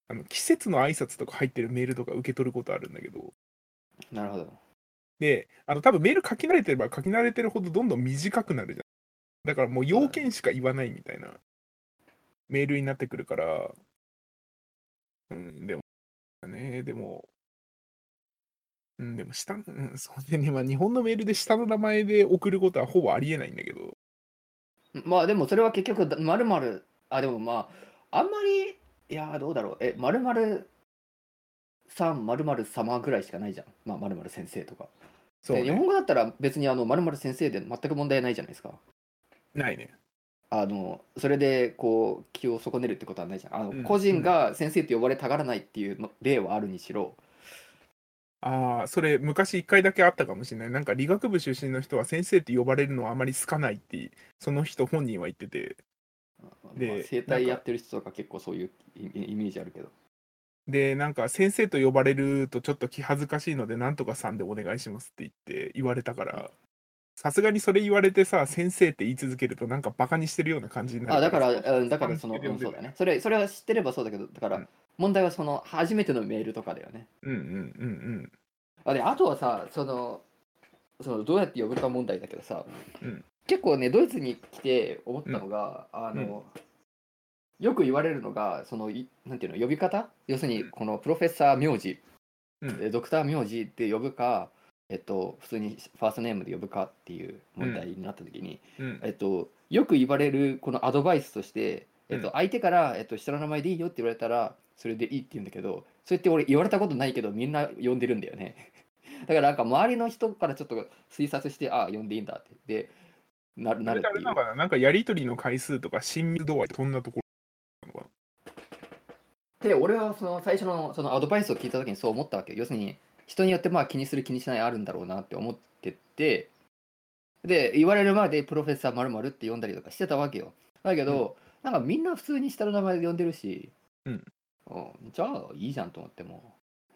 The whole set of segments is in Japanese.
季節の挨拶とか入ってるメールとか受け取ることあるんだけど、 なるほど。 で、多分メール書き慣れてれば書き慣れてるほどどんどん短くなるじゃん。だからもう要件しか言わないみたいなメールになってくるから、でも、でも、でもそうね、まあ日本のメールで下の名前で送ることはほぼありえないんだけど、 まあでもそれは結局、まるまる、でもあんまり、どうだろう。まるまるさん、まるまる様ぐらいしかないじゃん。まるまる先生とか。で、日そうね、 本語だったら別にまるまる先生で全く問題ないじゃないですか。 ないね。 それでこう気を損ねるってことはないじゃん。個人うんうん。 が先生と呼ばれたがらないっていうの例はあるにしろ、 ああ、それ昔一回だけあったかもしれない。なんか理学部出身の人は先生って呼ばれるのはあまり好かないって、その人本人は言ってて、で、 整体やってる人とか結構そういうイメージあるけど。 なんか先生と呼ばれるとちょっと気恥ずかしいので、なんとかさんでお願いしますって言われたから、さすがにそれ言われてさ、先生って言い続けるとなんかバカにしてるような感じになるから、 だからさん付けで呼んでたよ。 そうだね。それは知ってればそうだけど、だからうん問題はその初めてのメールとかだよね。 うんうんあとはさ、どうやって呼ぶか問題だけどさ、 うん結構ね、ドイツに来て思っうんたのが、 うんよく言われるのが、なんていうの、呼び方要するに、 うんこのプロフェッサー名字、 うんドクター名字って呼ぶか、普通にファーストネームで呼ぶかっていう問題になった時に、 うんよく言われるこのアドバイスとして、 うん相手から、下の名前でいいよって言われたら、それでいいって言うんだけど、それって俺言われたことないけど、みんな呼んでるんだよね。だからなんか周りの人からちょっと推察して、呼んでいいんだって。で、なそれるっていう。 であれなのかな、なんかやりとりの回数とか親密度合いそんなところなのかで、俺はその最初のそのアドバイスを聞いた時にそう思ったわけ。要するに、人によって気にする気にしないあるんだろうなって思ってて、で、言われるまでプロフェッサー〇〇って呼んだりとかしてたわけよ。だけな。 ど、なんかみんな普通に下の名前で呼んでるし、 うん。 じゃあいいじゃんと思っても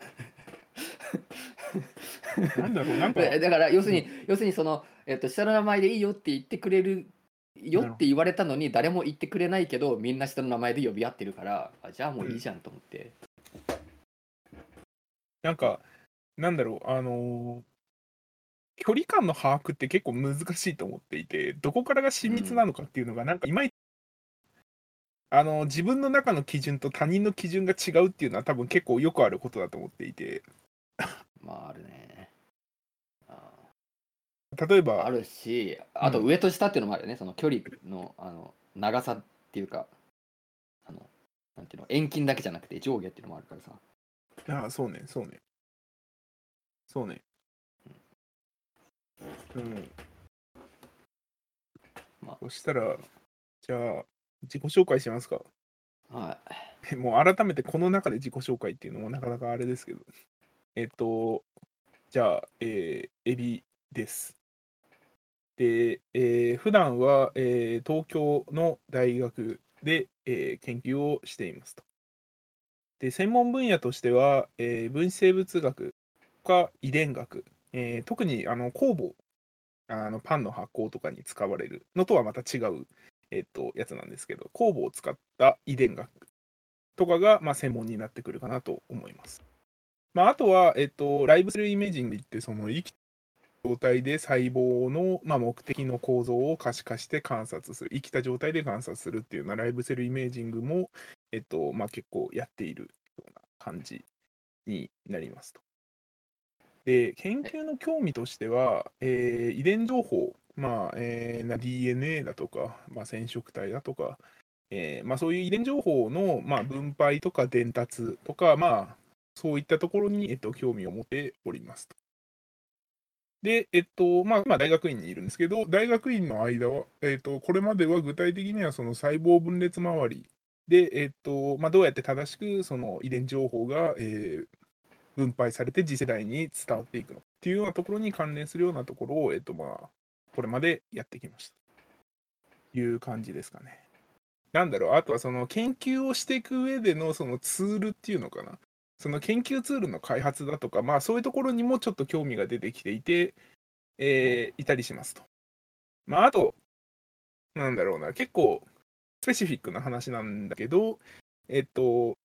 なんだろう、なんか、 だからうん、 要するに下の名前でいいよって言ってくれるよっなるほど。 て言われたのに誰も言ってくれないけどみんな下の名前で呼び合ってるからじゃあもうん。 ういいじゃんと思って。 なんか、なんだろう、距離感の把握って結構難しいと思っていて、どこからが親密なうん。 のかっていうのが、なんかいまいち、自分の中の基準と他人の基準が違うっていうのは多分結構よくあることだと思っていて、 あるね。 例えば、 あるし、あとうん、 上と下っていうのもあるよね。その距離の、長さっていうか、あの、なんていうの、遠近だけじゃなくて上下っていうのもあるからさ。 そうね、そうね、そうね。うん。 まそしたら、じゃあ、自己紹介しますか。 はもう改めてこの中で自己紹介っていうのもなかなかあれですけど。えっと、じゃあ、エビです。で、普段は、東京の大学で、研究をしていますと。で、専門分野としては、分子生物学か遺伝学、特に酵母、パンの発酵とかに使われるのとはまた違う、やつなんですけど、酵母を使った遺伝学とかが、まあ、専門になってくるかなと思います。まあ、あとは、ライブセルイメージングって、その生きた状態で細胞の、まあ、目的の構造を可視化して観察する、生きた状態で観察するっていうようなライブセルイメージングも、まあ、結構やっているような感じになりますと。で、研い。 究の興味としては、遺伝情報、まあDNA だとか、まあ、染色体だとか、まあ、そういう遺伝情報の、まあ、分配とか伝達とか、まあ、そういったところに、興味を持っておりますと。で、まあ、今、大学院にいるんですけど、大学院の間は、これまでは具体的にはその細胞分裂周りで、まあ、どうやって正しくその遺伝情報が、分配されて次世代に伝わっていくのっていうようなところに関連するようなところを、まあ、これまでやってきましたという感じですかね。なんだろう、あとはその研究をしていく上でのそのツールっていうのかな。その研究ツールの開発だとか、まあそういうところにもちょっと興味が出てきていて、いたりしますと。まああと、なんだろうな、結構スペシフィックな話なんだけど、えっと、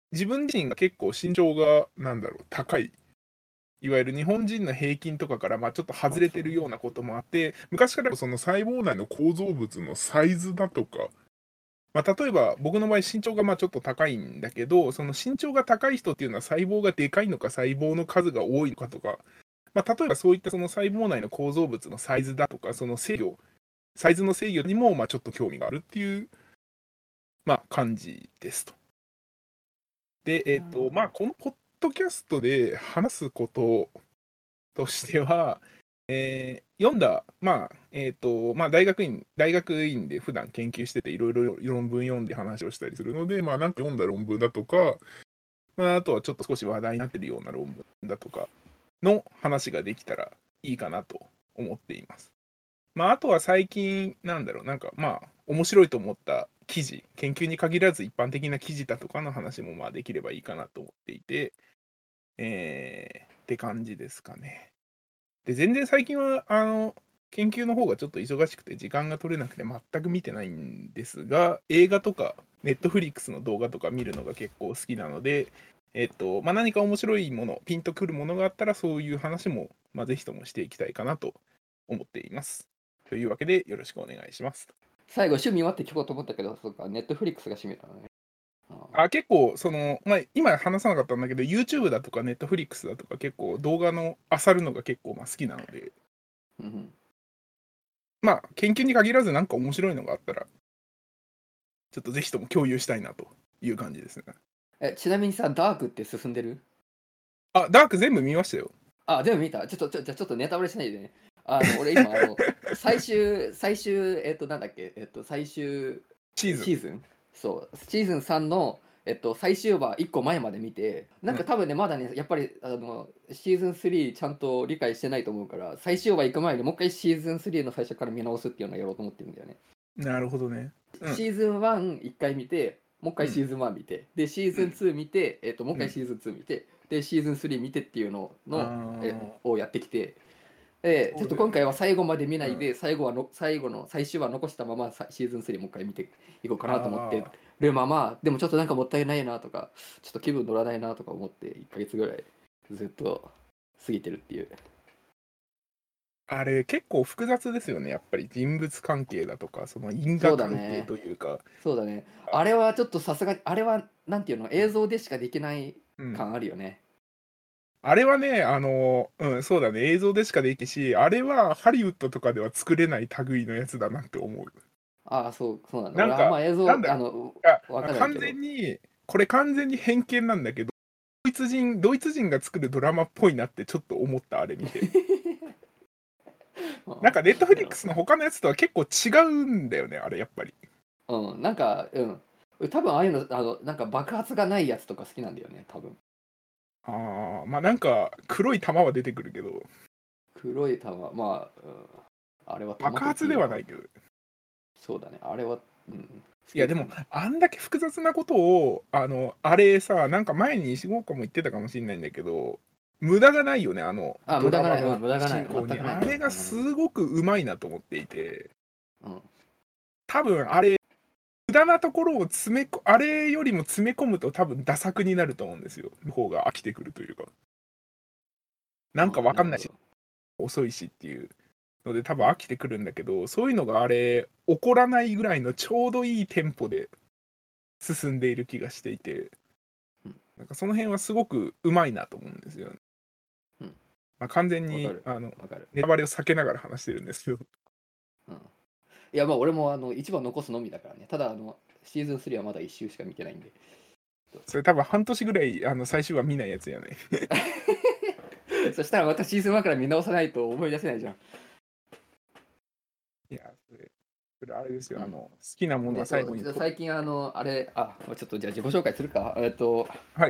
自分自身が結構身長が高い、いわゆる日本人の平均とかからちょっと外れてるようなこともあって、昔からその細胞内の構造物のサイズだとか、例えば僕の場合身長がちょっと高いんだけど、その身長が高い人っていうのは細胞がでかいのか細胞の数が多いのかとか、例えばそういったその細胞内の構造物のサイズだとか、そのサイズの制御にもちょっと興味があるっていう、感じですと。で、このポッドキャストで話すこととしては、読んだ、大学院で普段研究してて、いろいろ論文読んで話をしたりするので、なんか読んだ論文だとか、あとはちょっと少し話題になってるような論文だとかの話ができたらいいかなと思っています。あとは最近、面白いと思った記事、研究に限らず一般的な記事だとかの話もできればいいかなと思っていて、って感じですかね。で、全然最近は、研究の方がちょっと忙しくて時間が取れなくて全く見てないんですが、映画とか、ネットフリックスの動画とか見るのが結構好きなので、何か面白いもの、ピンとくるものがあったら、そういう話も、ぜひともしていきたいかなと思っています。というわけで、よろしくお願いします。 最後、趣味はって聞こうと思ったけど、そうか、ネットフリックスが締めたのね。 結構、今話さなかったんだけど、YouTube だとか Netflix だとか結構動画の漁るのが結構好きなので、研究に限らずなんか面白いのがあったら、ちょっとぜひとも共有したいなという感じですね。 ちなみにさ、ダークって進んでる？ ダーク全部見ましたよ。 全部見た。ちょっとネタバレしないでね。俺今、最終、なんだっけ、最終シーズン。 そう、シーズン3の、最終話1個前まで見て、なんか多分ね、まだね、やっぱりシーズン3ちゃんと理解してないと思うから、最終話行く前にもう一回シーズン3の最初から見直すっていうのをやろうと思ってるんだよね。 なるほどね。 シーズン1、1回見て、もう一回シーズン1見て、で、シーズン2見て、もう一回シーズン2見て、で、シーズン3見てっていうのをやってきて、ちょっと今回は最後まで見ないで、最後の最終話残したままシーズン3もう一回見ていこうかなと思ってるでもちょっとなんかもったいないなとか、ちょっと気分乗らないなとか思って1ヶ月ぐらいずっと過ぎてるっていう。 あれ結構複雑ですよね、やっぱり人物関係だとか、その因果関係というか。 そうだね。あれはちょっとさすがに、あれはなんていうの、映像でしかできない感あるよね。 あれはね、そうだね、映像でしかできないし、あれはハリウッドとかでは作れない類のやつだなって思う。 そうなんだ。 なんか、 映像、 わかんないけど。これ完全に偏見なんだけど、ドイツ人が作るドラマっぽいなってちょっと思った、あれ見て。なんかネットフリックスの他のやつとは結構違うんだよね、あれやっぱり。 なんか、多分ああいうの、なんか爆発がないやつとか好きなんだよね、多分。 なんか黒い玉は出てくるけど。 黒い玉、あれは爆発ではないけど。 そうだね、あれは、 いやでも、あんだけ複雑なことを、あれさ、なんか前に石郷岡も言ってたかもしれないんだけど、無駄がないよね、 無駄がない、 ド無駄がない。 ラマの進行に。あれがすごくうまいなと思っていて、多分あれ、無駄なところをあれよりも詰め込むと多分ダ作になると思うんですよ。の方が飽きてくるというか。なんかわかんないし、遅いしっていうので多分飽きてくるんだけど、そういうのがあれ、起こらないぐらいのちょうどいいテンポで進んでいる気がしていて、なんかその辺はすごくうまいなと思うんですよね。完全にネタバレを避けながら話してるんですけど。 いや、俺も1話残すのみだからね。ただシーズン3はまだ1週しか見てないんで。 それ多分半年ぐらい最終話見ないやつやね。 そしたらまたシーズン1から見直さないと思い出せないじゃん。 いや、それあれですよ、好きなものは最後に。 最近ちょっとじゃあ自己紹介するか。 はい。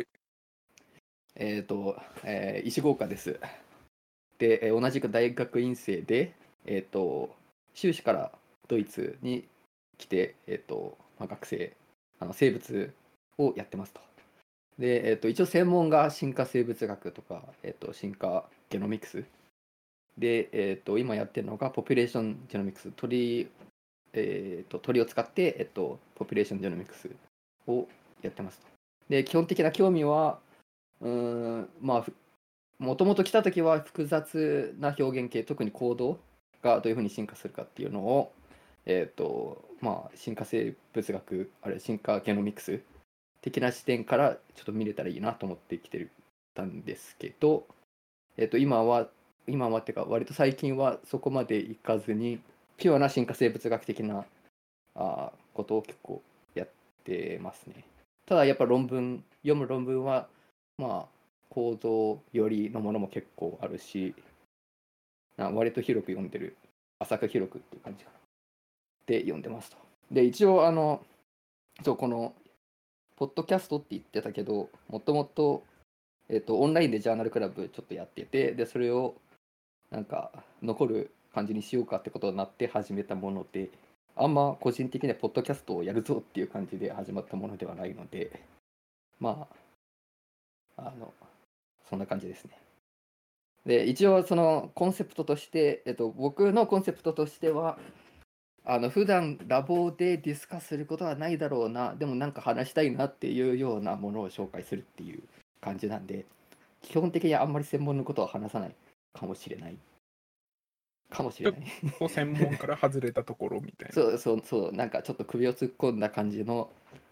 石郷岡です。で、同じく大学院生で、修士からドイツに来て、学生、生物をやってますと。で、一応専門が進化生物学とか、進化ゲノミクス。で、今やってるのがポピュレーションジェノミクス。鳥を使って、ポピュレーションジェノミクスをやってますと。 で、基本的な興味は、まあ、もともと来た時は複雑な表現系、特に行動がどういうふうに進化するかっていうのを、まあ、進化生物学、あれ、進化ゲノミクス的な視点からちょっと見れたらいいなと思ってきてたんですけど、今はっていうか、割と最近はそこまでいかずに、ピュアな進化生物学的なことを結構やってますね。ただやっぱ読む論文は、まあ、構造よりのものも結構あるし、割と広く読んでる、浅く広くっていう感じかな。で、読んでますと。で、一応、この、ポッドキャストって言ってたけど、もともと、オンラインでジャーナルクラブちょっとやってて、で、それを、なんか、残る感じにしようかってことになって始めたもので、あんま個人的にはポッドキャストをやるぞっていう感じで始まったものではないので、まあ、そんな感じですね。で、一応そのコンセプトとして、僕のコンセプトとしては、普段ラボでディスカスすることはないだろうな、でもなんか話したいなっていうようなものを紹介するっていう感じなんで、基本的にあんまり専門のことは話さないかもしれない。かもしれない。 専門から外れたところみたいな。 そう、なんかちょっと首を突っ込んだ感じの、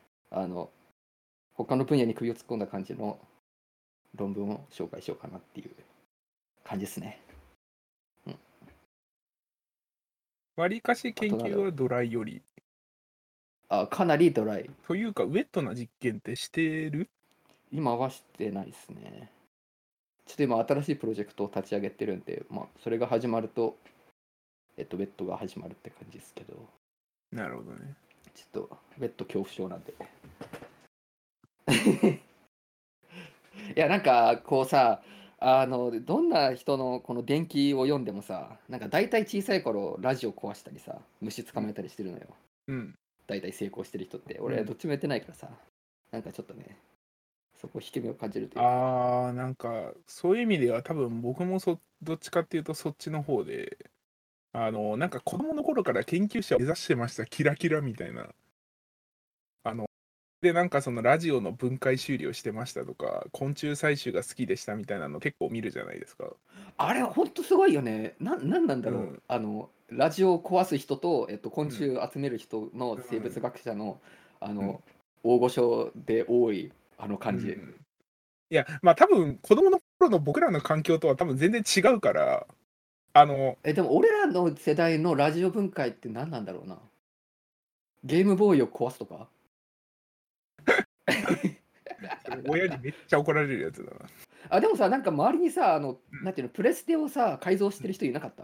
他の分野に首を突っ込んだ感じの論文を紹介しようかなっていう感じですね。 わりかし研究はドライより。 かなりドライ。 というか、ウェットな実験ってしてる？ 今はしてないですね。ちょっと今新しいプロジェクトを立ち上げてるんで、まあ、それが始まると、ウェットが始まるって感じですけど。 なるほどね。 ちょっと、ウェット恐怖症なんで。いや、なんか、こうさ、どんな人のこの伝記を読んでもさ、なんか大体小さい頃、ラジオ壊したりさ、虫捕まえたりしてるのよ。 うん。 大体成功してる人って。俺、どっちもやってないからさ、なんかちょっとね、そこ引け目を感じるというか。 なんか、そういう意味では多分僕もどっちかっていうとそっちの方で、なんか子供の頃から研究者を目指してました、キラキラみたいな。で、なんかそのラジオの分解修理をしてましたとか、昆虫採集が好きでしたみたいなの結構見るじゃないですか。 あれ、ほんとすごいよね。なんなんだろう。 うん。 ラジオを壊す人と、昆うん。 虫集める人の生物うん。 学者の、あうん。 の、大御所で多い、あの感じ。 うん。いや、まあ多分子供の頃の僕らの環境とは多分全然違うから、あの、 でも俺らの世代のラジオ分解って何なんだろうな。ゲームボーイを壊すとかそれ親にめっちゃ怒られるやつだな。 でもさ、なんか周りにさ、 うん。 なんていうの、プレステをさ、改造してる人いなかった？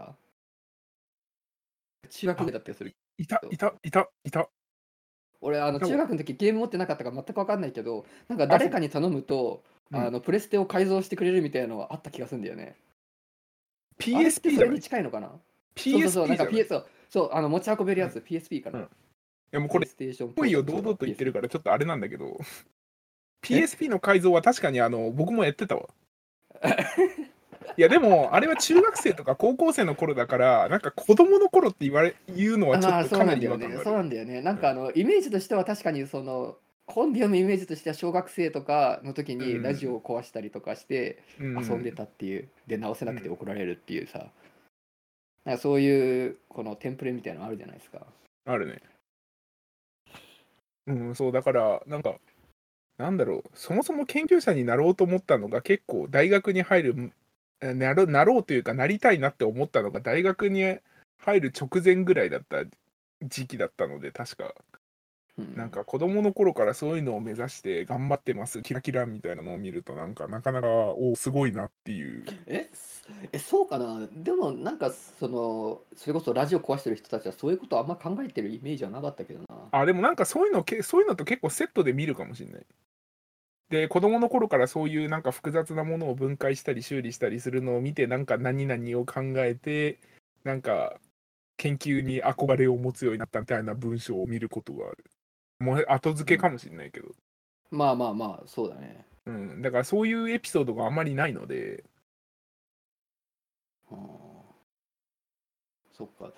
中学ぐらあ、 いだったりするいた、 けど。 いた、いた、いた、 俺、 いたわ。 中学の時ゲーム持ってなかったから全く分かんないけど、なんかそう。 誰かに頼むと、 うん。 プレステを改造してくれるみたいなのはあった気がするんだよね。あれって PSP それにじゃない？ 近いのかな？そう、なん PSP じかゃない？ 持ち運べるうん。 やつ、PSP かな。 うん。いやもうプレイこれ、 ステーション思いをポータブル、そうだわ、 堂々と言ってる PSP。 からちょっとあれなんだけど、 え PSP の改造は確かに僕もやってたわ。いやでも、あれは中学生とか高校生の頃だから、なんか子供の頃って言うのはちょっまあ、そうとかなりなんだよね。そう違和感がある。 なんだよね。なんうん。 かイメージとしては確かにコンビをのイメージとしては小学生とかの時うにラジオん。 を壊したりとかしてう遊んでん。 たっていう。で、直せなくてうん。 怒られるっていうさ。なんかそういうこのテンプレみたいなのあるじゃないですか。 あるね。うん、そう、だから、なんか、なんだろう、そもそも研究者になろうと思ったのが結構大学に入る、なろうというかなりたいなって思ったのが大学に入る直前ぐらいだった時期だったので、確か。 うん。 なんか子供の頃からそういうのを目指して頑張ってます、キラキラみたいなのを見ると、なんかなかなか、すごいなっていう。 え、そうかな。でもなんかそれこそラジオ壊してる人たちはそういうことあんま考えてるイメージはなかったけどな。 でもなんかそういうのと結構セットで見るかもしれない。で、子供の頃からそういうなんか複雑なものを分解したり修理したりするのを見て、なんか何々を考えて、なんか研究に憧れを持つようになったみたいな文章を見ることがある。もう後うん。 付けかもしれないけど。 まあまあまあ、そうだね。 うん。だからそういうエピソードがあんまりないので、 うん、そっか。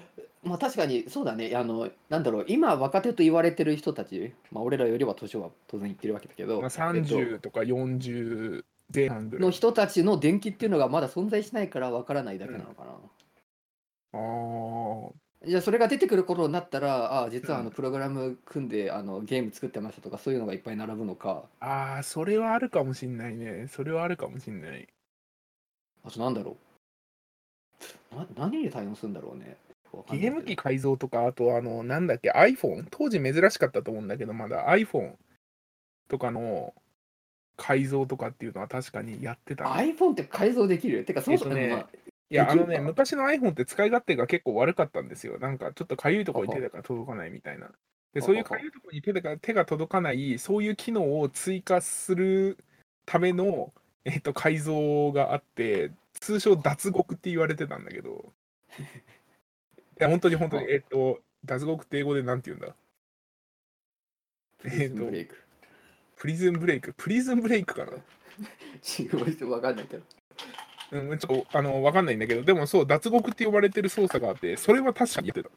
まあ確かにそうだね。なんだろう、今若手と言われてる人たち、まあ俺らよりは年は当然いってるわけだけど、 30とか40前半ぐらい。 の人たちの電気っていうのがまだ存在しないからわからないだけなのかな。 ああ、 じゃあそれが出てくる頃になったら、実はうんプログラム組んでゲーム作ってましたとかそういうのがいっぱい並ぶのか。 ああ、それはあるかもしんないね。それはあるかもしんない。 あとなんだろう。何に対応するんだろうね。わかんないけどゲーム機改造とか、あとなんだっけ、iPhone、当時珍しかったと思うんだけど、まだ iPhone とかの改造とかっていうのは確かにやってたね。 iPhone って改造できる？てかそもそも、まあ、 いや、 できるか。 昔の iPhone って使い勝手が結構悪かったんですよ。なんかちょっとかゆいところにはは手が届かないみたいな。で、 はははそういうかゆいところに手が届かない、そういう機能を追加するための、改造があって、通称脱獄って言われてたんだけど、いや、本当に本当に、 は脱獄って英語でなんて言うんだ。 プリズンブレイク。 プリズンブレイク、プリズンブレイクかな。 違う、わかんないけど。 うん、ちょっと、わかんないんだけど、でもそう、脱獄って呼ばれてる操作があって、それは確かにやってた。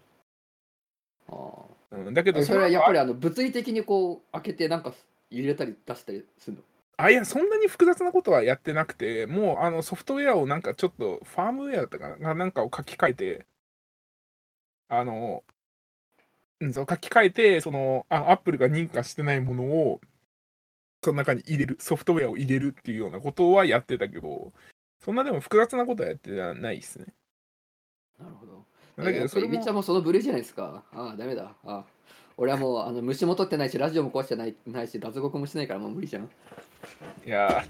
あだけど、 それはやっぱり物理的にこう開けてなんか入れたり出したりするの？ いや、そんなに複雑なことはやってなくて、もうソフトウェアをなんかちょっと、ファームウェアだったかな、なんかを書き換えて、あの、そう書き換えて、アップルが認可してないものを、その中に入れる、ソフトウェアを入れるっていうようなことはやってたけど、そんなでも複雑なことはやってないですね。 なるほど。 だけど、 やっぱりそれも、 めっちゃもうその部類じゃないですか。ダメだ。俺はもう虫も取ってないし、ラジオも壊してないし、脱獄もしないからもう無理じゃん。 いや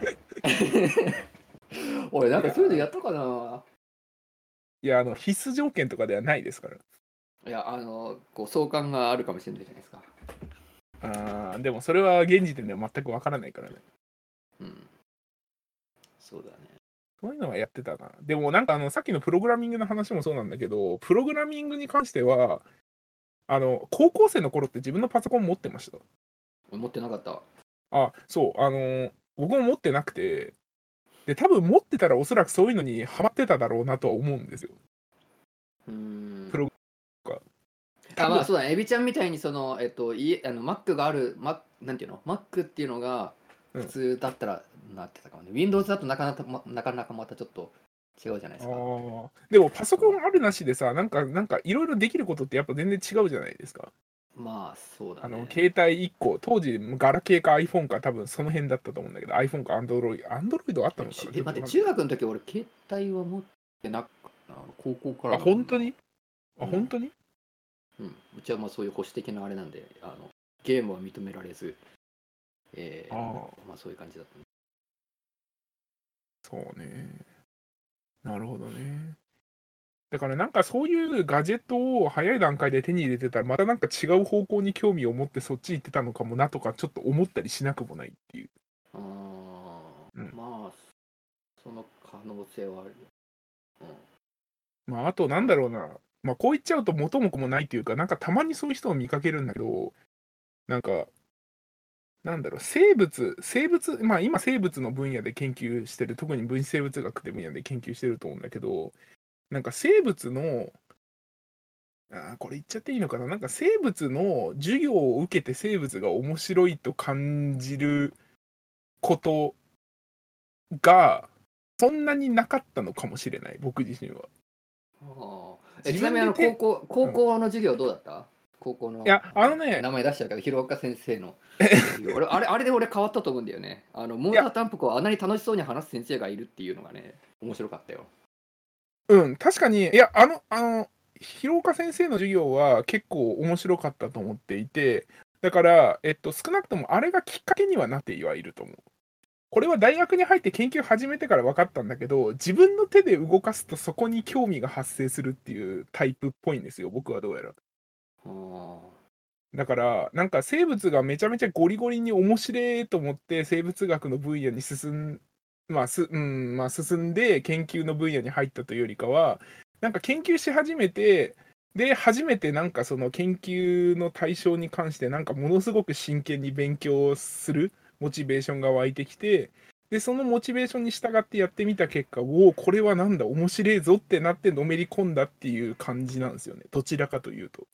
俺なんかそういうのやったかな。 いや、必須条件とかではないですから。 いや、こう相関があるかもしれないじゃないですか。 でもそれは現時点では全くわからないからね。 うん。そうだね。 そういうのはやってたな。でもなんかさっきのプログラミングの話もそうなんだけど、プログラミングに関しては、高校生の頃って自分のパソコン持ってました。 持ってなかった。 そう、僕も持ってなくて、で、多分持ってたらおそらくそういうのにハマってただろうなとは思うんですよ。プロが。 まあそうだね。エビちゃんみたいにMac がある、なんていうの Mac っていうのが普通だったらなってたかもね。Windows だとなかなかまたちょっと違うじゃないですか。 でもパソコンあるなしでさ、なんかいろいろできることってやっぱ全然違うじゃないですか。 まあそうだね。 携帯1個、当時ガラケーか iPhone か多分その辺だったと思うんだけど、iPhone か Android あったのかな。 待って、中学の時俺携帯は持ってなかったな。高校から本当に本当にうちはまあそういう保守的なあれなんで、ゲームは認められず、まあそういう感じだったね。 そうね。なるほどね。だからなんかそういうガジェットを早い段階で手に入れてたら、またなんか違う方向に興味を持ってそっち行ってたのかもなとか、ちょっと思ったりしなくもないっていう。 まあ、その可能性はある。 あとなんだろうな。こう言っちゃうと元も子もないっていうか、なんかたまにそういう人を見かけるんだけど、なんか、なんだろう、生物、今生物の分野で研究してる、特に分子生物学って分野で研究してると思うんだけど、なんか生物の、これ言っちゃっていいのかな、なんか生物の授業を受けて生物が面白いと感じることが、そんなになかったのかもしれない、僕自身は。 ちなみに高校の授業どうだった？高校の。 いや、 名前出しちゃうけど、広岡先生の。あれで俺変わったと思うんだよね。モータータンプコはあんなに楽しそうに話す先生がいるっていうのがね、面白かったよ。 確かに、いや、広岡先生の授業は結構面白かったと思っていて、だから、少なくともあれがきっかけにはなってはいると思う。これは大学に入って研究始めてから分かったんだけど、自分の手で動かすとそこに興味が発生するっていうタイプっぽいんですよ、僕はどうやら。だから、なんか生物がめちゃめちゃゴリゴリに面白いと思って生物学の分野に進んで研究の分野に入ったというよりかは、なんか研究し始めて、で、初めてなんかその研究の対象に関してなんかものすごく真剣に勉強するモチベーションが湧いてきて、 で、そのモチベーションに従ってやってみた結果、おお、これはなんだ、面白いぞってなってのめり込んだっていう感じなんですよね。どちらかというと。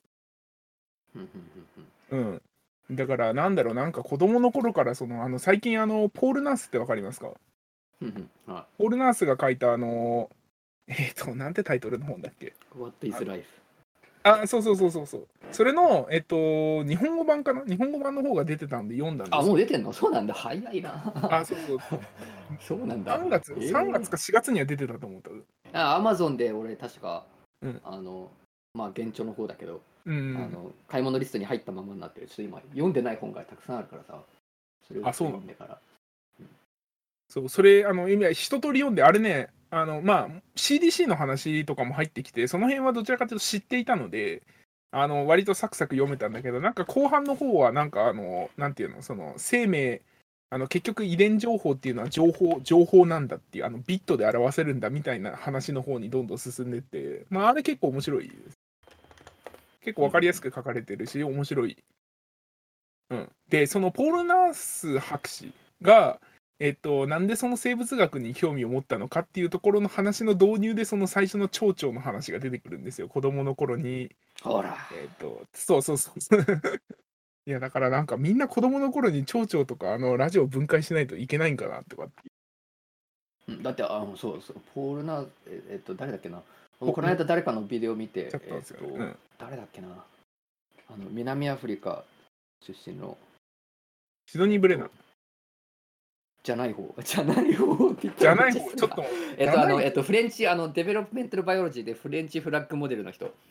うん。だからなんだろう、なんか子供の頃から最近ポール・ナースってわかりますか？ はポール・ナースが書いたなんてタイトルの本だっけ？ い。What is life? そうそうそうそうそう。それの、日本語版かな？日本語版の方が出てたんで読んだんであ、 すけど。 もう出てんの？そうなんだ。早いな。 そうそう。 そうなんだ。 3月か4月には出てたと思った。 アマゾンで俺確か、 うん。 まあ現状の方だけど、 うん。 買い物リストに入ったままになってる。ちょっと今読んでない本がたくさんあるからさ、それをちょっとそうなの。 読んでから。 そう、それ、今、一通り読んで、あれね、まあ、CDC の話とかも入ってきて、その辺はどちらかというと知っていたので、割とサクサク読めたんだけど、なんか後半の方は、なんか、なんていうの、生命、結局遺伝情報っていうのは情報なんだっていう、ビットで表せるんだみたいな話の方にどんどん進んでって、まあ、あれ結構面白いです。結構わかりやすく書かれてるし、面白い。うん。で、そのポール・ナース博士が、なんでその生物学に興味を持ったのかっていうところの話の導入で、その最初の蝶々の話が出てくるんですよ。子供の頃に。 ほら。 そうそうそう。いや、だからなんかみんな子供の頃に蝶々とかラジオ分解しないといけないんかなとかってだって、そうそう、ポールナー、誰だっけな。 ここの間誰かのビデオ見て、 ちゃったんですよね。 誰だっけな。南アフリカ出身の。 シドニー・ブレナー。 じゃない方って言ってじゃない方、ちょっと。 フレンチ、デベロップメンタルバイオロジーでフレンチフラッグモデルの人。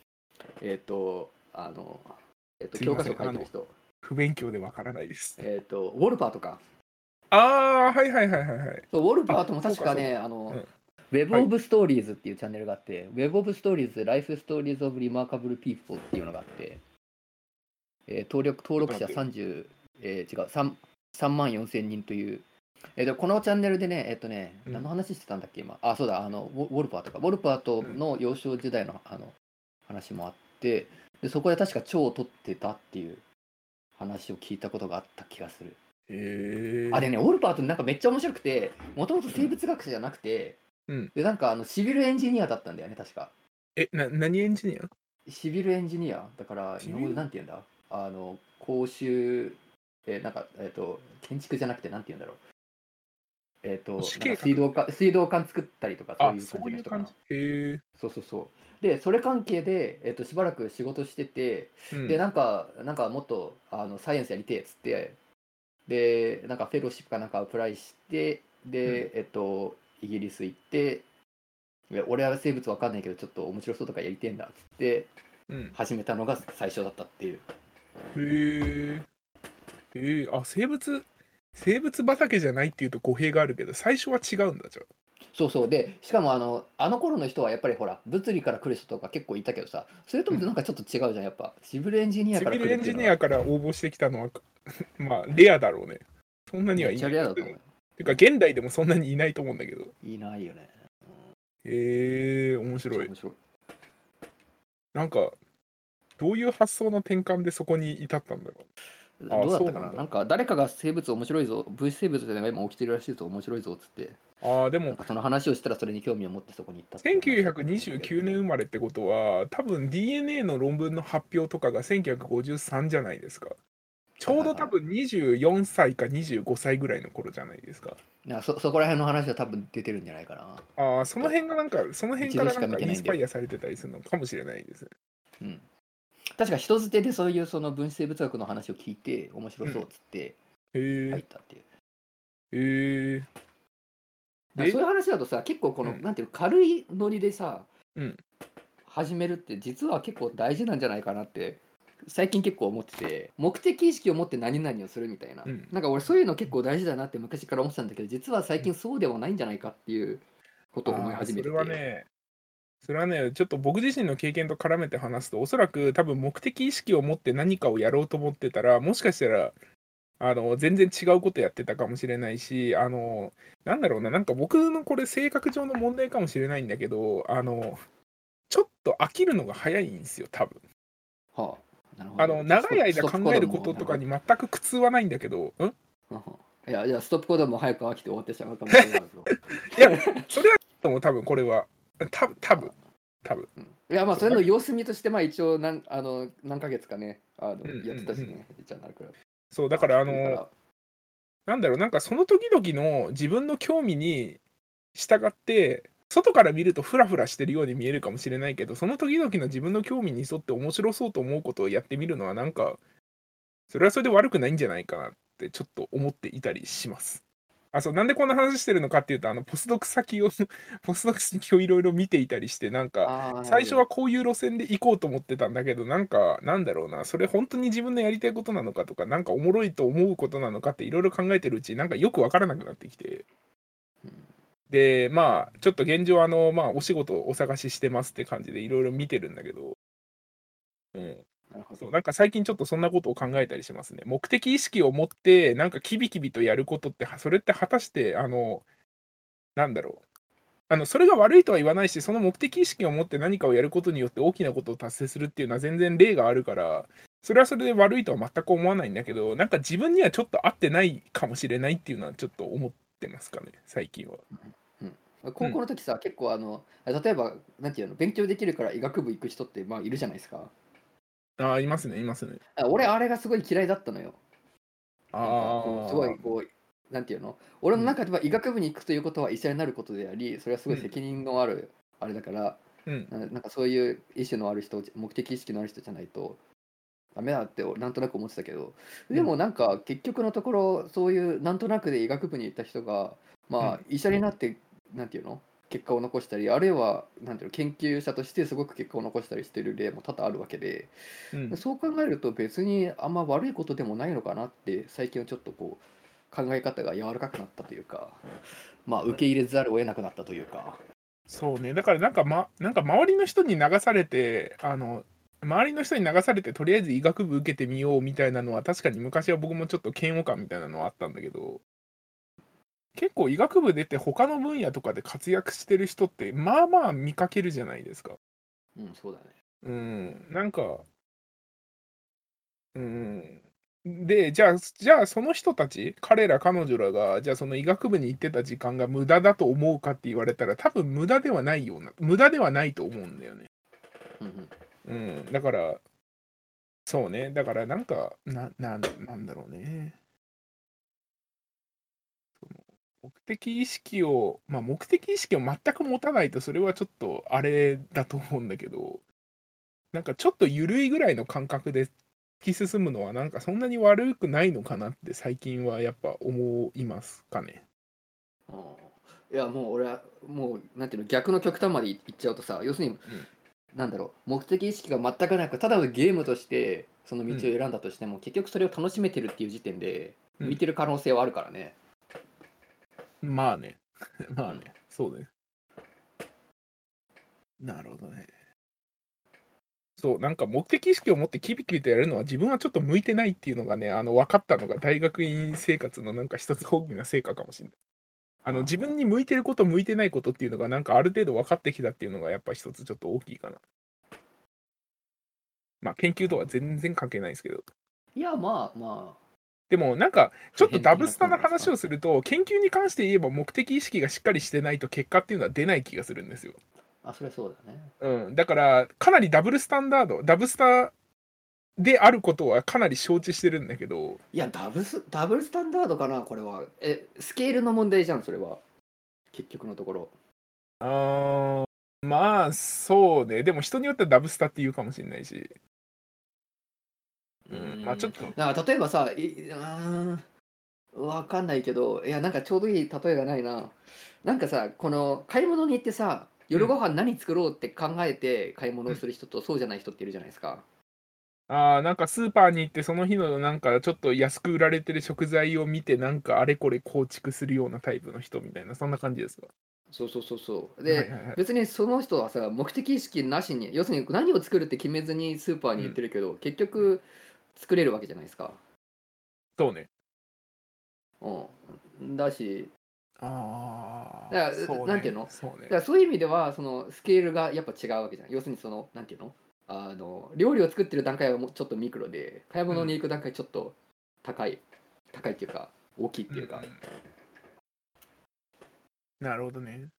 教科書書いてる人。 不勉強でわからないです。 ウォルパーとか。 はいはいはいはいはい。 ウォルパーとも確かね、ウェブ・オブ・ストーリーズっていうチャンネルがあって、ウェブ・オブ・ストーリーズ、ライフ・ストーリーズ・オブ・リマーカブル・ピーポーっていうのがあって、登録者30、3万4千人という、このチャンネルでね、何の話してたんだっけ、今。そうだ、ウォルパーとか、ウォルパーとの幼少時代の話もあって、でそこで確か蝶を取ってたっていう話を聞いたことがあった気がする。あれね、ウォルパーとなんかめっちゃ面白くて、もともと生物学者じゃなくて、でなんかシビルエンジニアだったんだよね、確か。 何エンジニア？ シビルエンジニアだから、日本語でなんて言うんだ、公衆、建築じゃなくてなんて言うんだろう。なんか水道管作ったりとか、そういう感じの人かな。そうそうそう。で、それ関係で、しばらく仕事してて、で、なんかもっとサイエンスやりてえっつって、で、なんかフェローシップかなんかアプライして、で、イギリス行って、俺は生物わかんないけど、ちょっと面白そうとかやりてえんだっつって、始めたのが最初だったっていう。 生物畑じゃないっていうと語弊があるけど、最初は違うんだ、じゃあ。 そうそう。で、しかもあの頃の人はやっぱりほら、物理から来る人とか結構いたけどさ、それともなんかちょっと違うじゃん、やっぱ。シビルエンジニアから来るっていうのは。 シビルエンジニアから応募してきたのは、まあ、レアだろうね。そんなにはいない。 めっちゃレアだと思う。 てか、現代でもそんなにいないと思うんだけど。 いないよね。 面白い。なんか、どういう発想の転換でそこに至ったんだろう。 どうだったかな。なんか誰かが生物面白いぞ、分子生物で今起きてるらしいぞ、面白いぞっつって。 でもその話をしたらそれに興味を持ってそこに行ったって。 1929年生まれってことは、多分 DNA の論文の発表とかが1953じゃないですか。ちょうど多分24歳か25歳ぐらいの頃じゃないですか。 そこら辺の話は多分出てるんじゃないかな。 その辺からなんかインスパイアされてたりするのかもしれないです。 確か人づてでそういうその分子生物学の話を聞いて面白そうっつって入ったっていう。そういう話だとさ、結構この、なんていう軽いノリでさ、始めるって実は結構大事なんじゃないかなって最近結構思ってて、目的意識を持って何々をするみたいな、なんか俺そういうの結構大事だなって昔から思ってたんだけど、実は最近そうではないんじゃないかっていうことを思い始めてて。 それはね、ちょっと僕自身の経験と絡めて話すと、おそらく多分目的意識を持って何かをやろうと思ってたら、もしかしたら、全然違うことやってたかもしれないし、なんだろうな、なんか僕のこれ性格上の問題かもしれないんだけど、ちょっと飽きるのが早いんですよ、多分。長い間考えることとかに全く苦痛はないんだけど、 いや、じゃあストップコードも早く飽きて終わってしまうかもしれないぞ。 いや、それはもう多分これは、多分。 いや、まあ、 そそうれの様子見として、まあ、一応何ヶ月かね、やってたしうんうんうんね、じゃなくそう、だからいいから、 なんだろう、なんかその時々の自分の興味に従って、外から見るとフラフラしてるように見えるかもしれないけど、その時々の自分の興味に沿って面白そうと思うことをやってみるのは、なんか、それはそれで悪くないんじゃないかなってちょっと思っていたりします。そう、なんでこんな話してるのかっていうと、ポスドク先をポスドク先をいろいろ見ていたりして、なんか、最初はこういう路線で行こうと思ってたんだけど、なんか、なんだろうな、それ本当に自分のやりたいことなのかとか、なんかおもろいと思うことなのかっていろいろ考えてるうちに、なんかよくわからなくなってきて、で、まあ、ちょっと現状、まあ、お仕事お探ししてますって感じでいろいろ見てるんだけど、そう、なんか最近ちょっとそんなことを考えたりしますね。目的意識を持って、なんかキビキビとやることって、それって果たして、なんだろう。それが悪いとは言わないし、その目的意識を持って何かをやることによって大きなことを達成するっていうのは全然例があるから、それはそれで悪いとは全く思わないんだけど、なんか自分にはちょっと合ってないかもしれないっていうのはちょっと思ってますかね、最近は。 高校の時さ、結構例えば、なんていうの、勉強できるから医学部行く人って、まあ、いるじゃないですか。 いますね、いますね。 俺、あれがすごい嫌いだったのよ。なんかすごいなんていうの、俺の中では医学部に行くということは医者になることであり、それはすごい責任のあるあれだから、なんかそういう意思のある人、目的意識のある人じゃないとダメだってなんとなく思ってたけど、でもなんか結局のところ、そういうなんとなくで医学部に行った人が、まあ医者になって、なんていうの、結果を残したり、あるいはなんていうの、研究者としてすごく結果を残したりしてる例も多々あるわけで、そう考えると別にあんま悪いことでもないのかなって最近はちょっとこう考え方が柔らかくなったというか、まあ受け入れざるを得なくなったというか。 そうね、だからなんか周りの人に流されて、周りの人に流されてとりあえず医学部受けてみようみたいなのは確かに昔は僕もちょっと嫌悪感みたいなのはあったんだけど、結構医学部出て他の分野とかで活躍してる人ってまあまあ見かけるじゃないですか。 そうだね。 なんか、で、じゃあその人たち、彼ら彼女らが、じゃあその医学部に行ってた時間が無駄だと思うかって言われたら、多分無駄ではないと思うんだよね。だから、そうね、だからなんか、なんだろうね。目的意識を全く持たないと、それはちょっとあれだと思うんだけど、なんかちょっと緩いぐらいの感覚で突き進むのは、なんかそんなに悪くないのかなって最近はやっぱ思いますかね。 いやもう俺はもうなんていうの、逆の極端までいっちゃうとさ、要するに、なんだろう、目的意識が全くなく、ただのゲームとしてその道を選んだとしても、結局それを楽しめてるっていう時点で向いてる可能性はあるからね。 まあね。そうね。なるほどね。そう、なんか目的意識を持ってキビキビとやるのは自分はちょっと向いてないっていうのがね、分かったのが大学院生活のなんか一つ大きな成果かもしれない。自分に向いてること、向いてないことっていうのがなんかある程度分かってきたっていうのがやっぱ一つちょっと大きいかな。まあ研究とは全然関係ないですけど。 いやまあでもなんかちょっとダブスタな話をすると、研究に関して言えば目的意識がしっかりしてないと結果っていうのは出ない気がするんですよ。 それはそうだね。 だからかなりダブルスタンダード、ダブスタであることはかなり承知してるんだけど、 いやダブルスタンダードかな、これは。スケールの問題じゃん、それは。結局のところ。 まあそうね、でも人によってはダブスタって言うかもしれないし、まあちょっとなんか例えばさ、わかんないけど、いやなんかちょうどいい例えがないな。なんかさ、この買い物に行ってさ、夜ご飯何作ろうって考えて買い物をする人とそうじゃない人っているじゃないですか。 なんかスーパーに行ってその日のなんかちょっと安く売られてる食材を見てなんかあれこれ構築するようなタイプの人みたいな、そんな感じですか？ そうで、別にその人はさ、目的意識なしに、要するに何を作るって決めずにスーパーに行ってるけど、結局作れるわけじゃないですか。 そうね。 だし、だからそうね。 なんていうの、 そうね。 だからそういう意味ではそのスケールがやっぱ違うわけじゃん。要するにそのなんていうの、料理を作ってる段階はもうちょっとミクロで、買い物に行く段階ちょっと高いっていうか大きいっていうか、 なるほどね。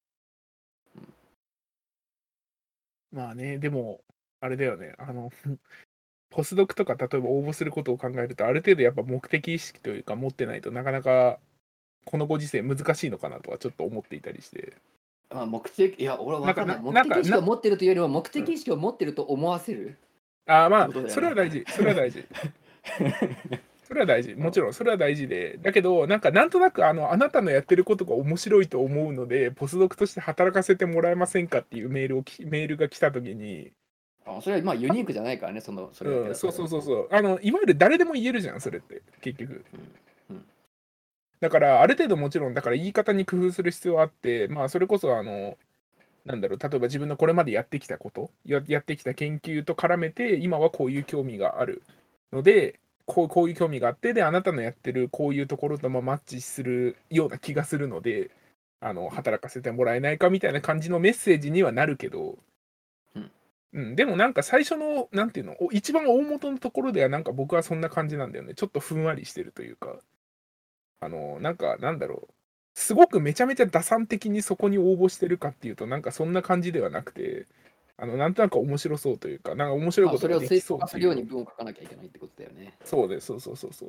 まあね、でも、あれだよね、ポスドクとか例えば応募することを考えると、ある程度やっぱ目的意識というか持ってないとなかなかこのご時世難しいのかなとはちょっと思っていたりして。 目的、いや、俺は分かんない。目なんか的意識を持ってるというよりも、目うん的意識を持ってると思わせるまあ、 ってことだよね。 それは大事、それは大事。それは大事、もちろんそれは大事で、だけど、なんとなくあなたのやってることが面白いと思うので、ポスドクとして働かせてもらえませんかっていうメールが来たときに、 それはまあユニークじゃないからね、それだけだそうそうそうそう、いわゆる誰でも言えるじゃん、それって、結局。だから、ある程度もちろん、だから言い方に工夫する必要はあって、まあ、それこそ、なんだろう、例えば自分のこれまでやってきたこと、やってきた研究と絡めて、今はこういう興味があるので、こういう興味があって、で、あなたのやってるこういうところともマッチするような気がするので、働かせてもらえないかみたいな感じのメッセージにはなるけど、でもなんか最初の、なんていうの、一番大元のところではなんか僕はそんな感じなんだよね。ちょっとふんわりしてるというか、なんかなんだろう、すごくめちゃめちゃ打算的にそこに応募してるかっていうと、なんかそんな感じではなくて、なんとなく面白そうというか、なんか面白いことができそうっていう。 それを正当化するように文を書かなきゃいけないってことだよね。 そうです、そうそうそうそう。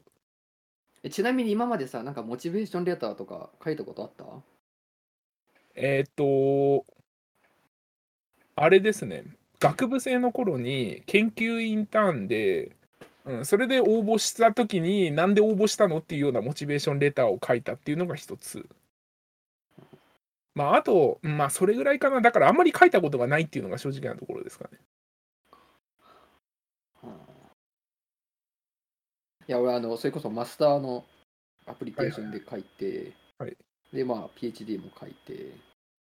ちなみに今までさ、なんかモチベーションレターとか書いたことあった？ あれですね、学部生の頃に研究インターンで、それで応募した時に、なんで応募したのっていうようなモチベーションレターを書いたっていうのが一つ。まあ、あと、まあ、それぐらいかな。だから、あんまり書いたことがないっていうのが正直なところですかね。 いや、俺それこそマスターのアプリケーションで書いて、 はい。 で、まあ、PhD も書いて、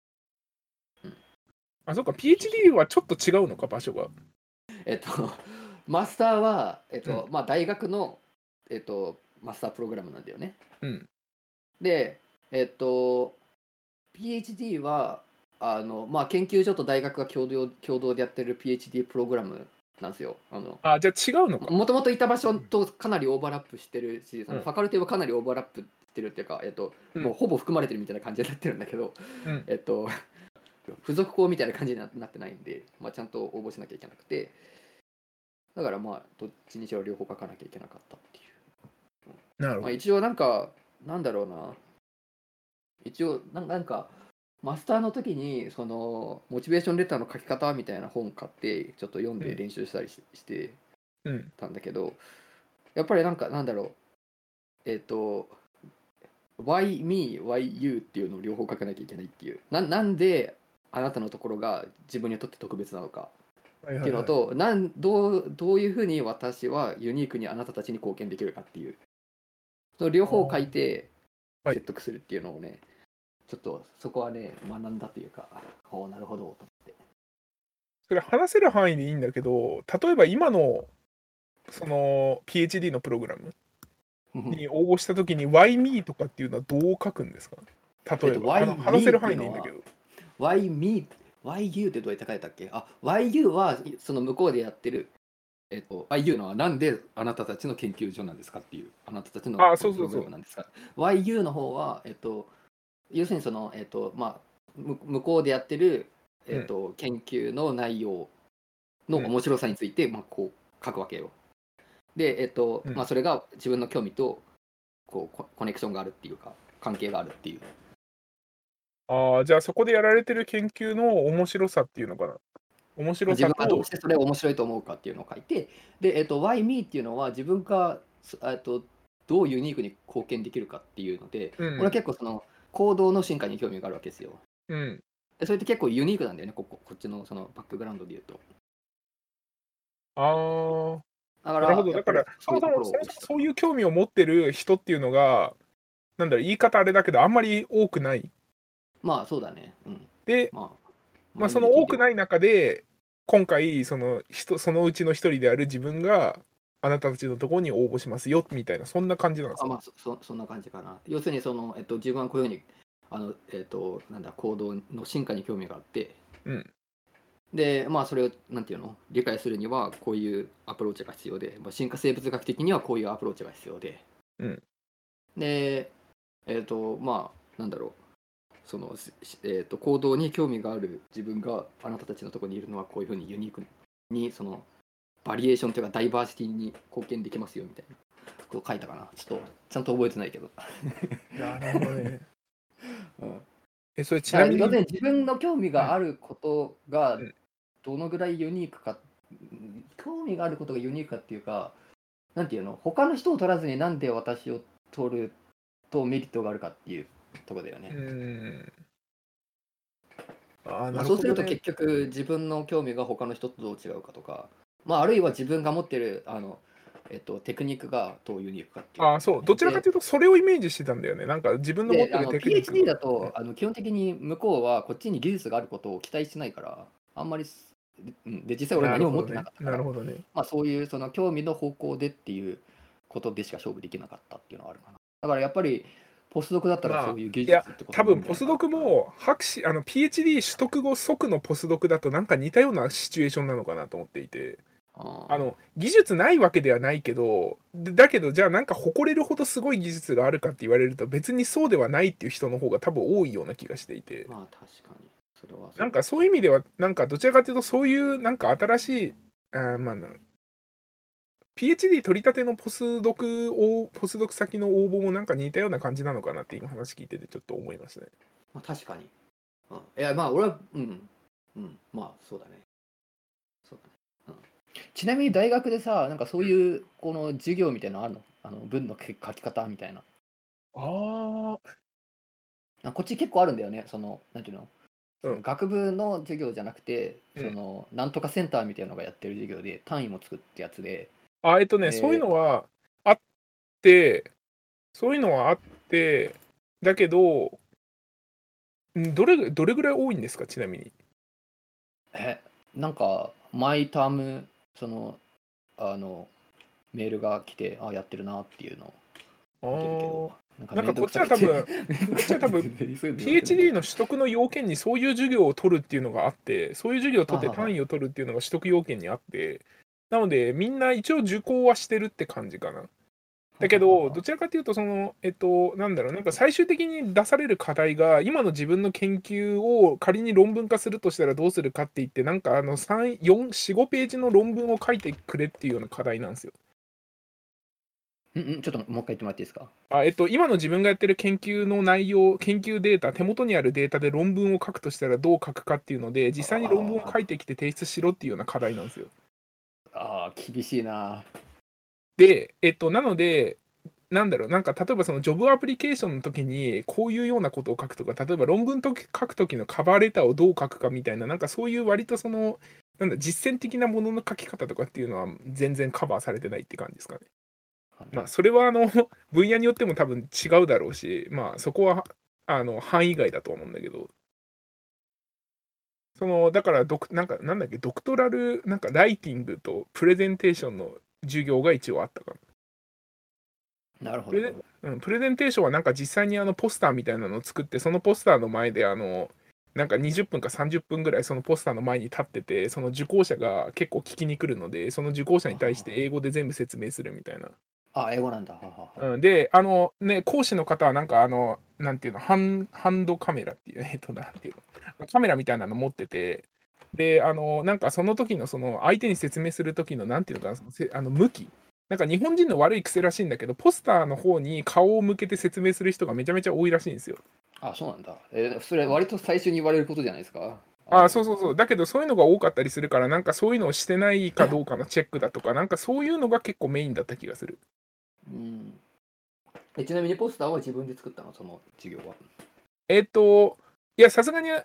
あ、そうか、PhD はちょっと違うのか、場所が。 マスターは、 うんまあ、大学の、マスタープログラムなんだよね。 うんで、PhD は、まあ、研究所と大学が共同でやってる PhD プログラムなんですよ。 あ、じゃあ違うのか。 もともといた場所とかなりオーバーラップしてるし、そのうんファカルティはかなりオーバーラップしてるっていうか、もうほぼ含まれてるみたいな感じになってるんだけど、 うん付属校みたいな感じになってないんで、まあ、ちゃんと応募しなきゃいけなくて、だからまあ、どっちにしろ両方書かなきゃいけなかったっていう。 なるほど。 まあ、一応なんか、なんだろうな、一応なんか、マスターの時に、その、モチベーションレターの書き方みたいな本買って、ちょっと読んで練習したりしてうんたんだけど、やっぱりなんか、なんだろう、why me, why you っていうのを両方書かなきゃいけないっていう。なんであなたのところが自分にとって特別なのかはいはいはい。 っていうのと、どういうふうに私はユニークにあなたたちに貢献できるかっていう。その両方を書いてはい説得するっていうのをね、ちょっとそこはね、学んだというか、なるほどと思って。 それ話せる範囲でいいんだけど、例えば今のその PhD のプログラムに応募したときに Why me とかっていうのはどう書くんですか？例えば、 Why 話 me せる範っていうのは、 囲でいいんだけど。 Why me, Why you ってどうやって書いたっけ？Why you はその向こうでやってる、Why you のはなんであなたたちの研究所なんですかっていう、あなたたちのあ、 プロそうそうそう。 グラムなんですか。Why you の方は、要するにその、まあ、向こうでやってる、研究の内容の面白さについて、まあ、こう書くわけよ。で、まあ、それが自分の興味とこうコネクションがあるっていうか、関係があるっていう。 ああ、じゃあそこでやられてる研究の面白さっていうのかな。面白自分がどさと、 うしてそれを面白いと思うかっていうのを書いて、で、Why me っていうのは自分がどうユニークに貢献できるかっていうので、俺は結構その行動の進化に興味があるわけですよ。でそれって結構ユニークなんだよね、こっちのそのバックグラウンドで言うと。だかなるほど。 ら、やっぱりだから、 そういうところをそういう興味を持ってる人っていうのが、なんだろう、言い方あれだけど、あんまり多くない。 まあ、そうだね。 で、 まあ、 その多くない中で、今回、そのうちの一人である自分が、あなたたちのところに応募しますよ、みたいな、そんな感じなんですか？ まあ、そんな感じかな。要するに、その、自分はこういうふうに、なんだ、行動の進化に興味があって、で、まあ、それを、なんていうの、理解するには、こういうアプローチが必要で、まあ、進化生物学的にはこういうアプローチが必要で、で、 まあなんだろう、その、行動に興味がある自分があなたたちのところにいるのはこういうふうにユニークにそのバリエーションというかダイバーシティに貢献できますよみたいなことを書いたかな。ちょっとちゃんと覚えてないけど。 なるほどね。 うん、 それちだからなみに、 自分の興味があることがうんどのぐらいユニークか、興味があることがユニークかっていうか、なんていうの、他の人を取らずになんで私を取るとメリットがあるかっていうところだよね。まなあ、そうするとるほどね。 結局自分の興味が他の人とどう違うかとか、まあ、あるいは自分が持ってるテクニックがどうユニークかっていうところそう、 だよね。 どちらかというとそれをイメージしてたんだよね。なんか自分の持ってるテクニック PhD が。 だと基本的に向こうはこっちに技術があることを期待してないから、あんまり、で実際俺何も持ってなかったから、 なるほどね。 まあ、そういうその興味の方向でっていうことでしか勝負できなかったっていうのはあるかな。だからやっぱりポスドクだったらそういう技いや、 術ってこと多なんじゃないかな。 分ポスドクも博士、PhD 取得後即のポスドクだとなんか似たようなシチュエーションなのかなと思っていて。技術ないわけではないけど、だけど、じゃあなんか誇れるほどすごい技術があるかって言われると、別にそうではないっていう人の方が多分多いような気がしていて、 まあ確かに。それはなんかそういう意味では、なんかどちらかというと、そういうなんか新しい、PhD 取り立てのポスドク先の応募もなんか似たような感じなのかなって今話聞いててちょっと思いますね。 まあ確かに。いや、まあ俺は、まあそうだね。そうだね。ちなみに大学でさ、なんかそういうこの授業みたいなのあるの？文の書き方みたいな。 あこっち結構あるんだよね。なんていうの、 うん。 学部の授業じゃなくて、 うんなんとかセンターみたいなのがやってる授業で、単位も作ってやつで、 そういうで、 のはあって、そういうのはあって、だけど、どれぐらい多いんですか、ちなみに。 なんか、毎ターム、その、あの、メールが来て、やってるなっていうのを見てるけど、なんかめんどなんかこっくさくて、 ちは多分、こっちは多分、 そういうのやってないんだ PhD よ。 の取得の要件にそういう授業を取るっていうのがあって、そういう授業を取って単位を取るっていうのが取得要件にあって、なので、みんな一応受講はしてるって感じかな。だけど、どちらかというと、なんだろう、なんか最終的に出される課題が、今の自分の研究を仮に論文化するとしたらどうするかって言って、なんか3、4、4、5ページの論文を書いてくれっていうような課題なんですよ。 ちょっともう一回言ってもらっていいですか？ 今の自分がやってる研究の内容、研究データ、手元にあるデータで論文を書くとしたらどう書くかっていうので、実際に論文を書いてきて提出しろっていうような課題なんですよ。 厳しいな。 で、なので、なんだろう、なんか例えばそのジョブアプリケーションの時にこういうようなことを書くとか、例えば論文書く時のカバーレターをどう書くかみたいな、なんかそういう割となんだ、実践的なものの書き方とかっていうのは全然カバーされてないって感じですかね。まあ、それは分野によっても多分違うだろうし、まあ、そこは範囲外だと思うんだけど、だからなんだっけ、ドクトラル、なんかライティングとプレゼンテーションの授業が一応あったかな。 なるほど。 プレゼンテーションはなんか実際にポスターみたいなのを作って、そのポスターの前でなんか20分か30分ぐらいそのポスターの前に立ってて、その受講者が結構聞きに来るので、その受講者に対して英語で全部説明するみたいな。 英語なんだ。 で、講師の方はなんかなんていうの、ハンドカメラっていう、なんていうの、カメラみたいなの持ってて、で、なんかその時の相手に説明する時の、なんていうのかな、向き。なんか日本人の悪い癖らしいんだけど、ポスターの方に顔を向けて説明する人がめちゃめちゃ多いらしいんですよ。 そうなんだ。それ割と最初に言われることじゃないですか。 そうそうそう。だけどそういうのが多かったりするから、なんかそういうのをしてないかどうかのチェックだとか、なんかそういうのが結構メインだった気がする。 ちなみにポスターは自分で作ったの、その授業は。 いや、さすがに、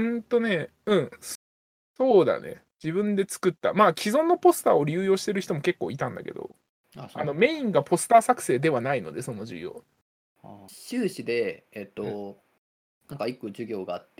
そうだね。自分で作った。まあ、既存のポスターを流用してる人も結構いたんだけど、メインがポスター作成ではないので、その授業。 修士で、なんか一個授業があって、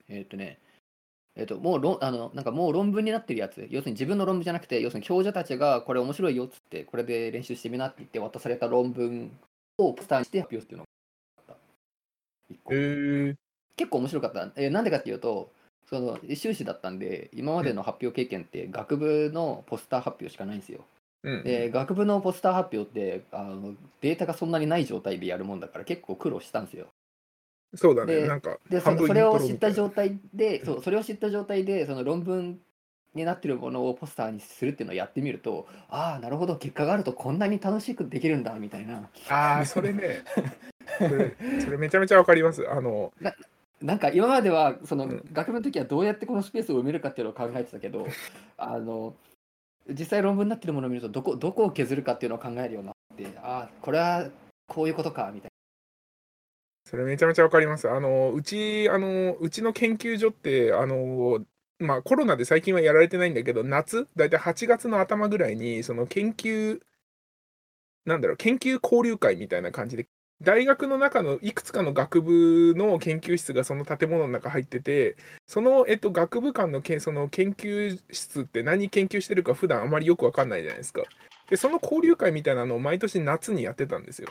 もうなんかもう論文になってるやつ、要するに自分の論文じゃなくて、要するに教授たちがこれ面白いよっつって、これで練習してみなって言って渡された論文をポスターにして発表っていうのがあった。一個。結構面白かった。なんでかっていうと、その修士だったんで、今までの発表経験って学部のポスター発表しかないんですよ。 で学部のポスター発表ってデータがそんなにない状態でやるもんだから結構苦労したんですよ。 そうだね、なんかで半分それをイントロみたいな。 知った状態で、それを知った状態でその論文になってるものをポスターにするっていうのをやってみると、ああなるほど、結果があるとこんなに楽しくできるんだみたいな。 ああ、それね、それめちゃめちゃわかります。 なんか今まではそのうん学部の時はどうやってこのスペースを埋めるかっていうのを考えてたけど、実際論文になってるものを見るとどこを削るかっていうのを考えるようになって、ああこれはこういうことかみたいそれめちゃめちゃわかります。うちの研究所って、まあコロナで最近はやられてないんだけど、夏、だいたい8月の頭ぐらいに、その研究交流会みたいな感じで、大学の中のいくつかの学部の研究室がその建物の中入ってて、その、学部間のその研究室って何研究してるか普段あまりよくわかんないじゃないですか。で、その交流会みたいなのを毎年夏にやってたんですよ。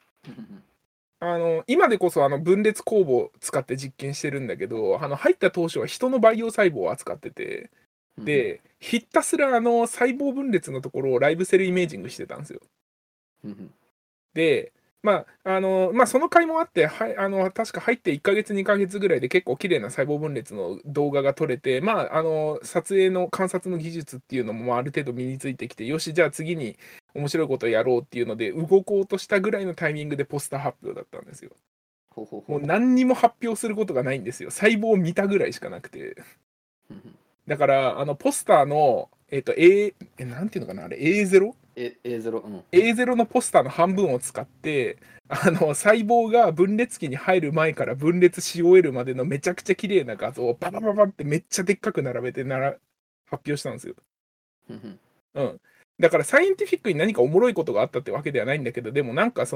今でこそ分裂酵母を使って実験してるんだけど、入った当初は人の培養細胞を扱ってて、で、ひたすら細胞分裂のところをライブセルイメージングしてたんですよ。で、まあ、その回もあって、確か入って1ヶ月、2ヶ月ぐらいで結構綺麗な細胞分裂の動画が撮れて、まあ、撮影の観察の技術っていうのもある程度身についてきて、よし、じゃあ次に面白いことをやろうっていうので、動こうとしたぐらいのタイミングでポスター発表だったんですよ。もう何にも発表することがないんですよ。細胞を見たぐらいしかなくて。だから、ポスターの、なんていうのかな、あれ、A0? A0 のポスターの半分を使って、細胞が分裂期に入る前から分裂し終えるまでのめちゃくちゃ綺麗な画像をババババってめっちゃでっかく並べて発表したんですよ。うん。だからサイエンティフィックに何かおもろいことがあったってわけではないんだけど、でもなんか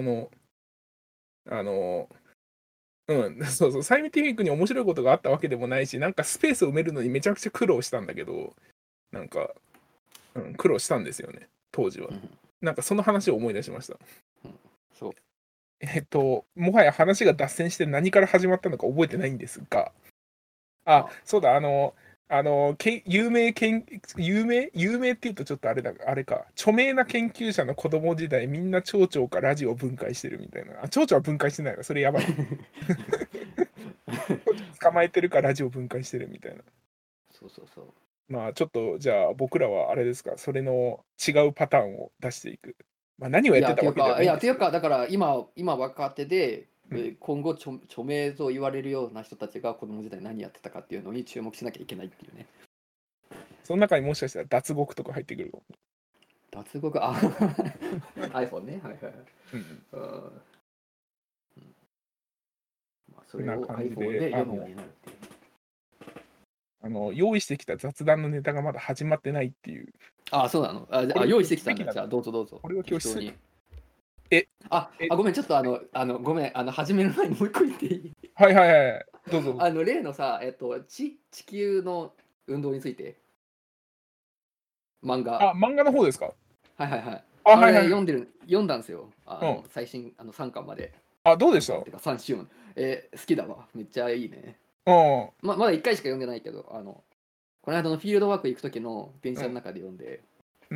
そうそう、サイエンティフィックに面白いことがあったわけでもないし、なんかスペースを埋めるのにめちゃくちゃ苦労したんだけど、なんか、苦労したんですよね、当時は。なんかその話を思い出しました。 そう。 もはや話が脱線して何から始まったのか覚えてないんですが、そうだ、有名っていうとちょっとあれか、著名な研究者の子供時代、みんな蝶々かラジオ分解してるみたいな。蝶々は分解してないわ、それやばい。捕まえてるかラジオ分解してるみたいな。 そうそうそう。 まあちょっとじゃあ僕らはあれですか、それの違うパターンを出していく。まあ何をやってたわけじゃないんですけど。 いや、ていうか、だから今若手で、今後著名と言われるような人たちが子供時代何やってたかっていうのに注目しなきゃいけないっていうね。 その中にもしかしたら脱獄とか入ってくる。 脱獄、iPhone ね。はいはい。それを iPhone で読むようになるっていう。 用意してきた雑談のネタがまだ始まってないっていう。 そうなの。用意してきたんだ。じゃあどうぞどうぞ。 これを教室に。 ごめん、ちょっとごめん、始める前にもう一個言っていい？ はいはいはい。どうぞ。 例のさ、地球の運動について。漫画。 漫画の方ですか？ はいはいはい。 はいはい。 読んだんですよ。最新3巻まで。 どうでした？ てか3週も。好きだわ。めっちゃいいね。まだ1回しか読んでないけど、この間のフィールドワーク行く時の電車の中で読んで。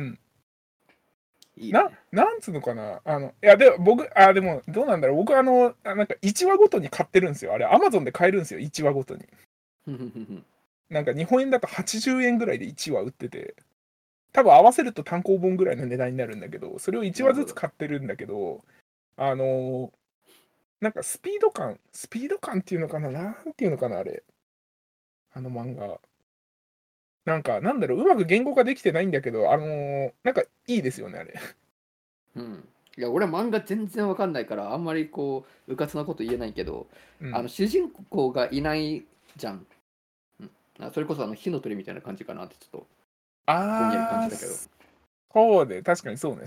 いいね。 なんつうのかな。いや、でも、どうなんだろう。僕なんか1話ごとに買ってるんですよ。あれ、Amazon で買えるんですよ、1話ごとに。なんか日本円だと80円ぐらいで1話売ってて、多分合わせると単行本ぐらいの値段になるんだけど、それを1話ずつ買ってるんだけど、なんかスピード感っていうのかな、なんていうのかな、あれ。漫画。なんか、なんだろう、うまく言語化できてないんだけど、なんかいいですよね、あれ。 いや、俺は漫画全然わかんないから、あんまりこう、うかつなこと言えないけど、主人公がいないじゃん。それこそ火の鳥みたいな感じかなってちょっと、ぼんやり感じたけど。 そうね、確かにそうね。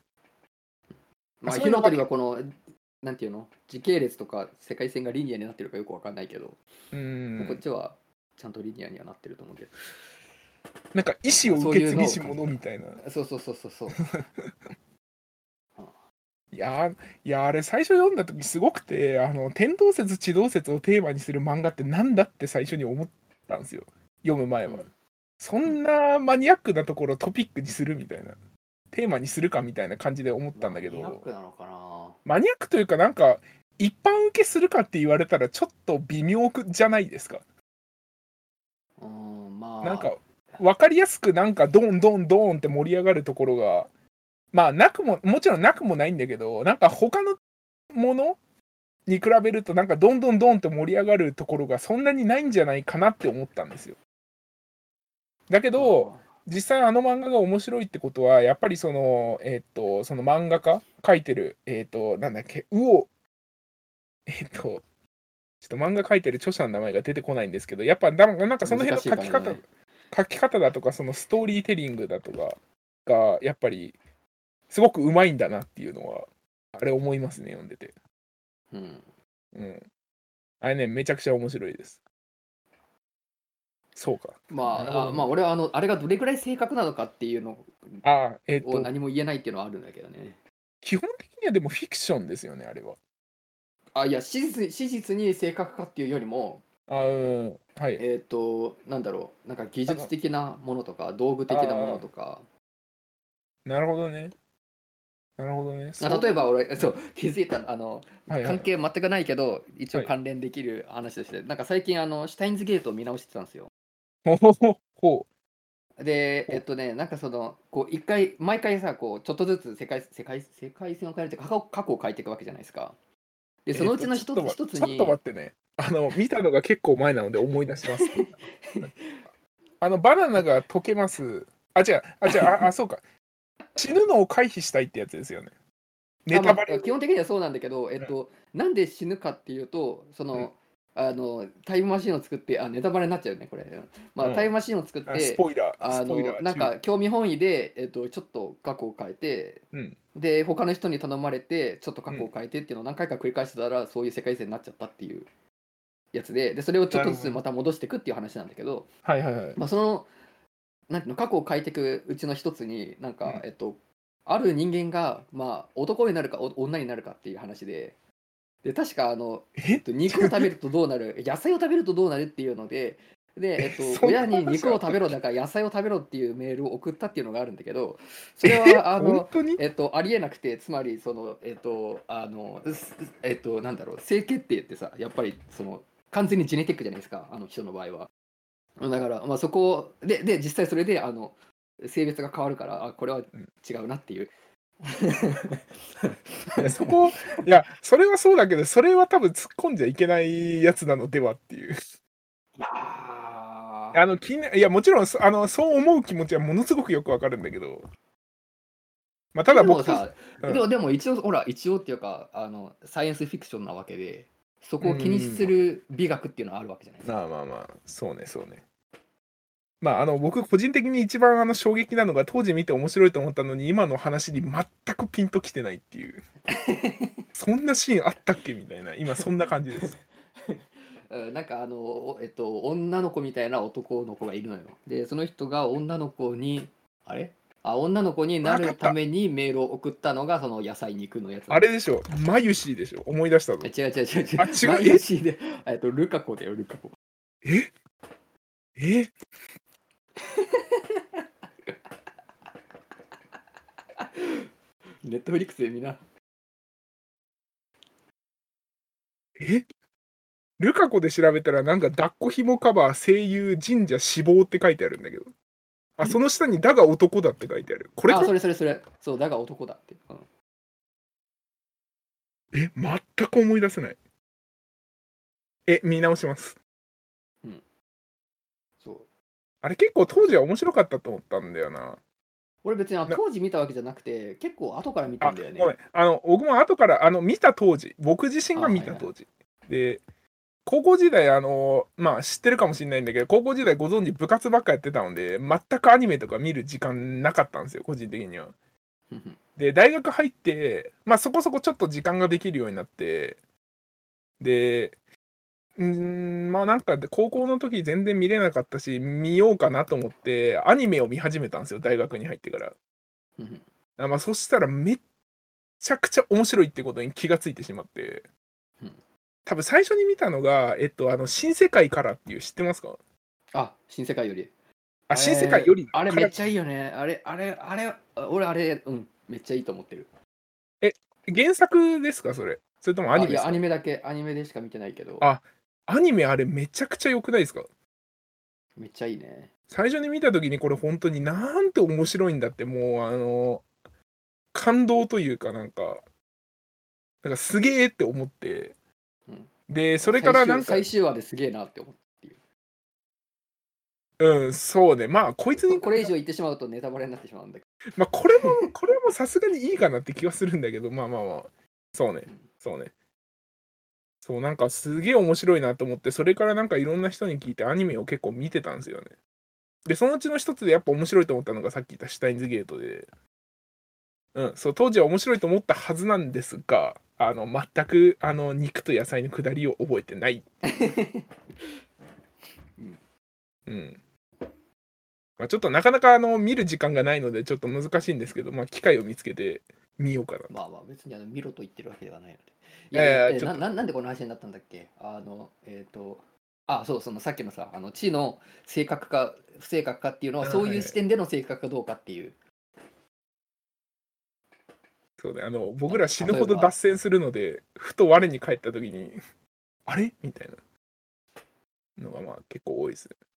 火の鳥はこの、なんていうの、時系列とか世界線がリニアになってるかよくわかんないけど、こっちはちゃんとリニアにはなってると思うけど。 なんか意思を受け継ぎし者みたいな。 そう。 いや、あれ最初読んだ時すごくて、天動説地動説をテーマにする漫画ってなんだって最初に思ったんですよ。読む前は。そんなマニアックなところをトピックにするみたいな。 テーマにするかみたいな感じで思ったんだけど、 マニアックなのかな。 マニアックというかなんか一般受けするかって言われたらちょっと微妙じゃないですか。 まあなんか分かりやすくなんかドンドンドンって盛り上がるところがまあもちろんなくもないんだけど、なんか他のものに比べるとなんかどんどんどんって盛り上がるところがそんなにないんじゃないかなって思ったんですよ。だけど実際あの漫画が面白いってことはやっぱりそのその漫画家描いてるなんだっけちょっと漫画描いてる著者の名前が出てこないんですけど、やっぱなんかその辺の書き方だとかそのストーリーテリングだとかがやっぱりすごくうまいんだなっていうのはあれ思いますね、読んでて。あれね、めちゃくちゃ面白いです。そうか。 まあ俺はあれがどれぐらい正確なのかっていうのを何も言えないっていうのはあるんだけどね。 基本的にはでもフィクションですよね、あれは。 いや、史実に正確かっていうよりも、 はい。 なんだろう、なんか技術的なものとか、道具的なものとか。 なるほどね。例えば俺、気づいた、関係全くないけど、一応関連できる話として、なんか最近、シュタインズゲートを見直してたんですよ。で、なんかこう毎回さ、こう、ちょっとずつ世界線を変えるって過去を変えていくわけじゃないですか。で、そのうちの一つに。 ちょっと待ってね。見たのが結構前なので思い出します。バナナが溶けます。そうか。死ぬのを回避したいってやつですよね。 ネタバレ基本的にはそうなんだけど、なんで死ぬかっていうと、タイムマシンを作って、ネタバレになっちゃうね、これ。タイムマシンを作って、 スポイラー。 なんか興味本位で、ちょっと過去を変えて、で、他の人に頼まれて、ちょっと過去を変えてっていうのを何回か繰り返してたら、そういう世界線になっちゃったっていうやつで、それをちょっとずつまた戻していくっていう話なんだけど、なんていうの、過去を変えていくうちの一つに、なんか、ある人間が、男になるか女になるかっていう話で、確か肉を食べるとどうなる、野菜を食べるとどうなるっていうので、親に肉を食べろだから野菜を食べろっていうメールを送ったっていうのがあるんだけど、それはありえなくて、つまりなんだろう、性決定ってさ、やっぱり完全にジェネティックじゃないですか、あの人の場合は。だから、そこで実際それで性別が変わるから、これは違うなっていう。 いや、それはそうだけど、それは多分突っ込んじゃいけないやつなのではっていう。いや、もちろんそう思う気持ちはものすごくよくわかるんだけど、ただ僕さ、でも一応っていうか、サイエンスフィクションなわけで、そこを気にする美学っていうのはあるわけじゃないですか。 そうね。僕個人的に一番衝撃なのが、当時見て面白いと思ったのに今の話に全くピンときてないっていうそんなシーンあったっけみたいな、今そんな感じですなんか女の子みたいな男の子がいるのよ。でその人が女の子に女の子になるためにメールを送ったのがその野菜肉のやつ。 あれでしょ、マユシーでしょ、思い出したぞ。 違う。マユシーでルカ子だよ、ルカ子。ネットフリックスで見な。 ルカ子で調べたらなんか抱っこひもカバー声優神社死亡って書いてあるんだけど、その下にだが男だって書いてある。これか。 それそう、だが男だって、 全く思い出せない。見直します。 そう。 あれ結構当時は面白かったと思ったんだよな。 俺別に当時見たわけじゃなくて、結構後から見たんだよね。 僕も後から見た当時、僕自身が見た当時。で、高校時代知ってるかもしれないんだけど、高校時代ご存知部活ばっかやってたので、全くアニメとか見る時間なかったんですよ、個人的には。で、大学入って、そこそこちょっと時間ができるようになって、で、なんか高校の時全然見れなかったし、見ようかなと思ってアニメを見始めたんですよ、大学に入ってから。そしたらめっちゃくちゃ面白いってことに気がついてしまって、多分最初に見たのが新世界からっていう、知ってますか？ 新世界より。 新世界より。 あれめっちゃいいよね。あれ俺あれ、めっちゃいいと思ってる。 原作ですか、それ。それともアニメいや、 ですか？ アニメだけ、アニメでしか見てないけど、 あ、アニメあれめちゃくちゃ良くないですか？ めっちゃいいね。 最初に見た時にこれ本当になんて面白いんだって、もう感動というかなんかすげえって思って、 うん、 で、それからなんか、 最終話ですげえなって思っていう。 うん、そうね、まあ、こいつに、 これ以上言ってしまうとネタバレになってしまうんだけまあ、これもさすがにいいかなって気はするんだけど、まあまあまあ、そうね、 ど。 そうね。そう、なんかすげえ面白いなと思って、それからなんかいろんな人に聞いてアニメを結構見てたんですよね。で、そのうちの一つでやっぱ面白いと思ったのがさっき言ったシュタインズゲートで、そう、当時は面白いと思ったはずなんですが、全く肉と野菜のくだりを覚えてない。うん。まあ、ちょっとなかなか見る時間がないのでちょっと難しいんですけど、まあ、機会を見つけて見ようかなと。 まあまあ、別に見ろと言ってるわけではないので。いやいや、 ちょっと、 なんでこの話になったんだっけ。そう、そのさっきのさ、地の正確か不正確かっていうのは、そういう視点での正確かどうかっていう。 そうね、僕ら死ぬほ例えば、 ど脱線するので、ふと我に返った時に、あれみたいなのがまあ結構多いですね。